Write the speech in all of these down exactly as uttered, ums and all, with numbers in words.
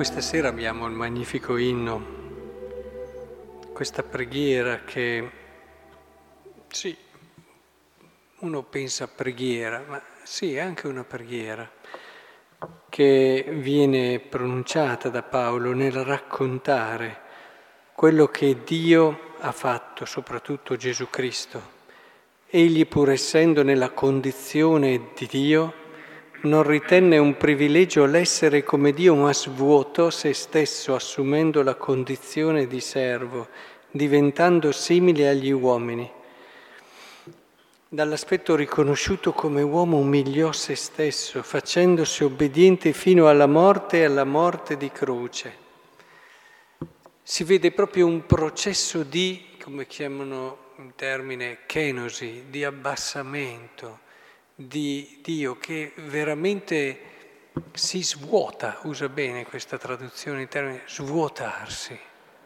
Questa sera abbiamo il magnifico inno, questa preghiera che, sì, uno pensa preghiera, ma sì, è anche una preghiera, che viene pronunciata da Paolo nel raccontare quello che Dio ha fatto, soprattutto Gesù Cristo. Egli, pur essendo nella condizione di Dio, non ritenne un privilegio l'essere come Dio, ma svuotò se stesso, assumendo la condizione di servo, diventando simile agli uomini. Dall'aspetto riconosciuto come uomo umiliò se stesso, facendosi obbediente fino alla morte e alla morte di croce. Si vede proprio un processo di, come chiamano in termine kenosi, di abbassamento, di Dio che veramente si svuota, usa bene questa traduzione in termini svuotarsi.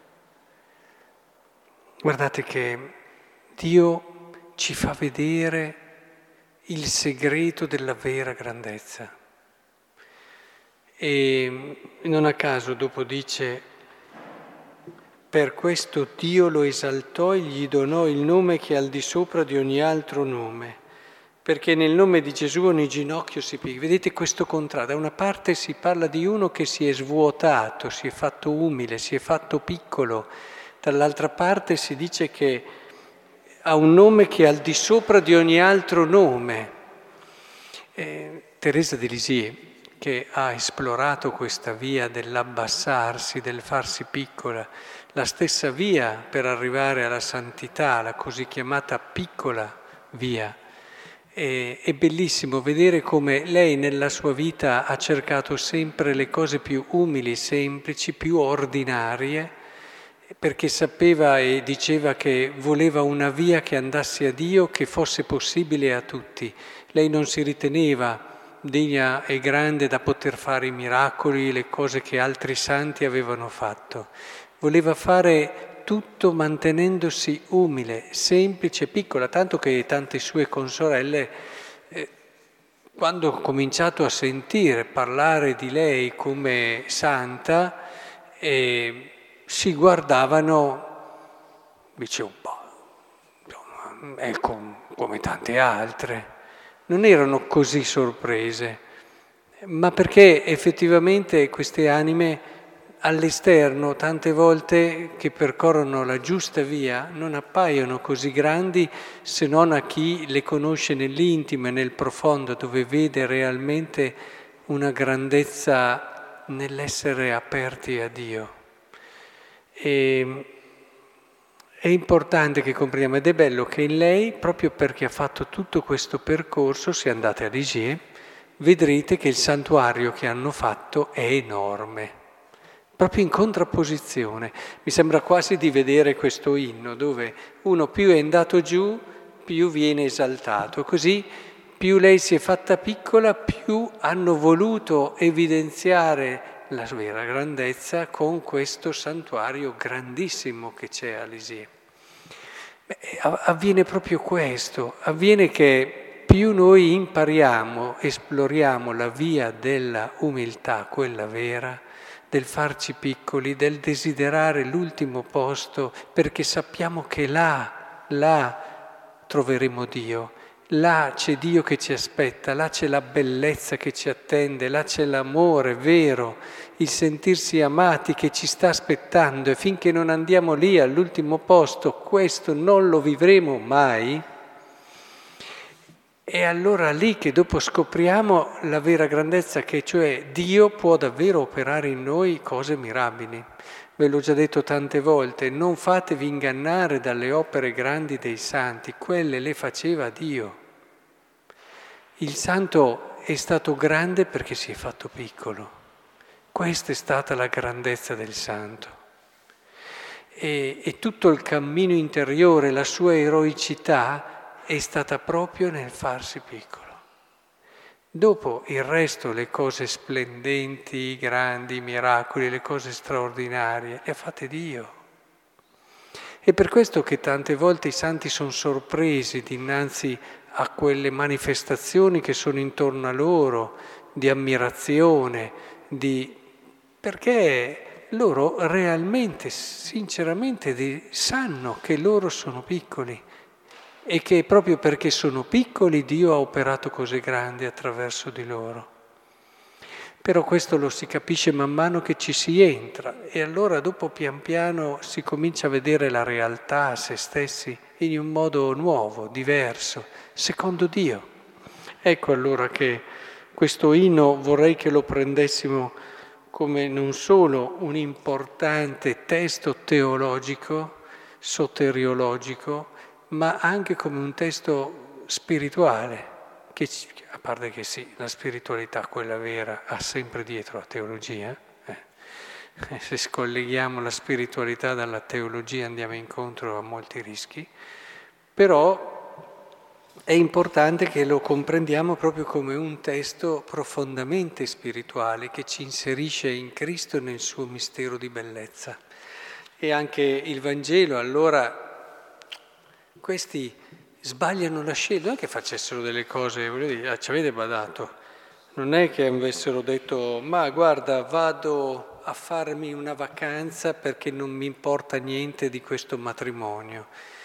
Guardate che Dio ci fa vedere il segreto della vera grandezza. E non a caso dopo dice: per questo Dio lo esaltò e gli donò il nome che è al di sopra di ogni altro nome, perché nel nome di Gesù ogni ginocchio si piega. Vedete questo contrasto? Da una parte si parla di uno che si è svuotato, si è fatto umile, si è fatto piccolo, dall'altra parte si dice che ha un nome che è al di sopra di ogni altro nome. Eh, Teresa di Lisieux, che ha esplorato questa via dell'abbassarsi, del farsi piccola, la stessa via per arrivare alla santità, la così chiamata piccola via. E, è bellissimo vedere come lei nella sua vita ha cercato sempre le cose più umili, semplici, più ordinarie, perché sapeva e diceva che voleva una via che andasse a Dio, che fosse possibile a tutti. Lei non si riteneva degna e grande da poter fare i miracoli, le cose che altri santi avevano fatto. Voleva fare tutto mantenendosi umile, semplice, piccola, tanto che tante sue consorelle, eh, quando ho cominciato a sentire parlare di lei come santa, eh, si guardavano, dicevo, boh, è come tante altre. Non erano così sorprese, ma perché effettivamente queste anime all'esterno, tante volte che percorrono la giusta via, non appaiono così grandi se non a chi le conosce nell'intimo e nel profondo, dove vede realmente una grandezza nell'essere aperti a Dio. E è importante che comprendiamo, ed è bello che in lei, proprio perché ha fatto tutto questo percorso, se andate a Lisieux, vedrete che il santuario che hanno fatto è enorme, proprio in contrapposizione. Mi sembra quasi di vedere questo inno, dove uno più è andato giù, più viene esaltato. Così più lei si è fatta piccola, più hanno voluto evidenziare la vera grandezza con questo santuario grandissimo che c'è a Lisieux. Beh, avviene proprio questo, avviene che più noi impariamo, esploriamo la via della umiltà, quella vera, del farci piccoli, del desiderare l'ultimo posto, perché sappiamo che là, là troveremo Dio. Là c'è Dio che ci aspetta, là c'è la bellezza che ci attende, là c'è l'amore vero, il sentirsi amati che ci sta aspettando, e finché non andiamo lì all'ultimo posto questo non lo vivremo mai. E allora lì che dopo scopriamo la vera grandezza, che cioè Dio può davvero operare in noi cose mirabili. Ve l'ho già detto tante volte, non fatevi ingannare dalle opere grandi dei santi, quelle le faceva Dio. Il santo è stato grande perché si è fatto piccolo. Questa è stata la grandezza del santo. E, e tutto il cammino interiore, la sua eroicità è stata proprio nel farsi piccolo. Dopo il resto, le cose splendenti, grandi, i miracoli, le cose straordinarie, le ha fatte Dio. È per questo che tante volte i santi sono sorpresi dinanzi a quelle manifestazioni che sono intorno a loro, di ammirazione, di perché loro realmente, sinceramente, di- sanno che loro sono piccoli e che proprio perché sono piccoli Dio ha operato cose grandi attraverso di loro. Però questo lo si capisce man mano che ci si entra e allora dopo pian piano si comincia a vedere la realtà a se stessi in un modo nuovo, diverso, secondo Dio. Ecco allora che questo inno vorrei che lo prendessimo come non solo un importante testo teologico, soteriologico, ma anche come un testo spirituale, che ci- a parte che sì, la spiritualità, quella vera, ha sempre dietro la teologia. eh. Eh, Se scolleghiamo la spiritualità dalla teologia andiamo incontro a molti rischi, però è importante che lo comprendiamo proprio come un testo profondamente spirituale che ci inserisce in Cristo e nel suo mistero di bellezza. E anche il Vangelo, allora, questi sbagliano la scelta, non è che facessero delle cose, voglio dire, ah, ci avete badato, non è che avessero detto, ma guarda, vado a farmi una vacanza perché non mi importa niente di questo matrimonio.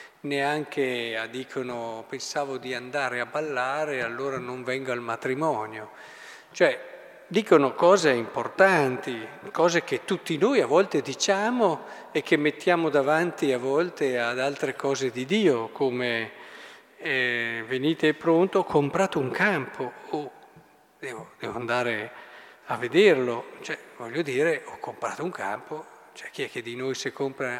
Neanche a dicono, pensavo di andare a ballare, allora non vengo al matrimonio. Cioè, dicono cose importanti, cose che tutti noi a volte diciamo e che mettiamo davanti a volte ad altre cose di Dio, come eh, venite pronto, ho comprato un campo, o devo, devo andare a vederlo, cioè voglio dire, ho comprato un campo, cioè chi è che di noi si compra,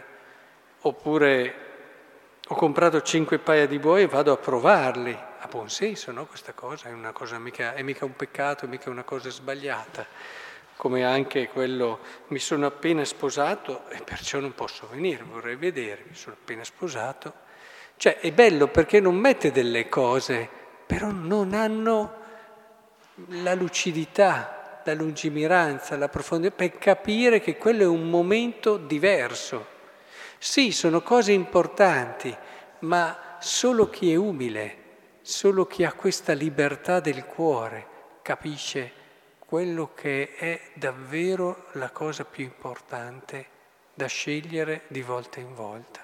oppure ho comprato cinque paia di buoi e vado a provarli, ha buon senso, no? Questa cosa è una cosa mica, è mica un peccato, è mica una cosa sbagliata, come anche quello, mi sono appena sposato e perciò non posso venire, vorrei vedere, mi sono appena sposato. Cioè è bello perché non mette delle cose, però non hanno la lucidità, la lungimiranza, la profondità, per capire che quello è un momento diverso. Sì, sono cose importanti, ma solo chi è umile, solo chi ha questa libertà del cuore capisce quello che è davvero la cosa più importante da scegliere di volta in volta.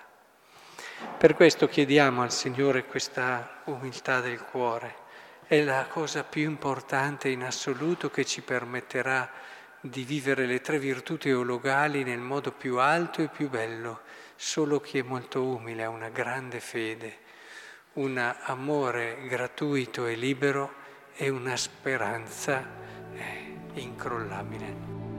Per questo chiediamo al Signore questa umiltà del cuore. È la cosa più importante in assoluto che ci permetterà di vivere le tre virtù teologali nel modo più alto e più bello. Solo chi è molto umile ha una grande fede, un amore gratuito e libero e una speranza eh, incrollabile.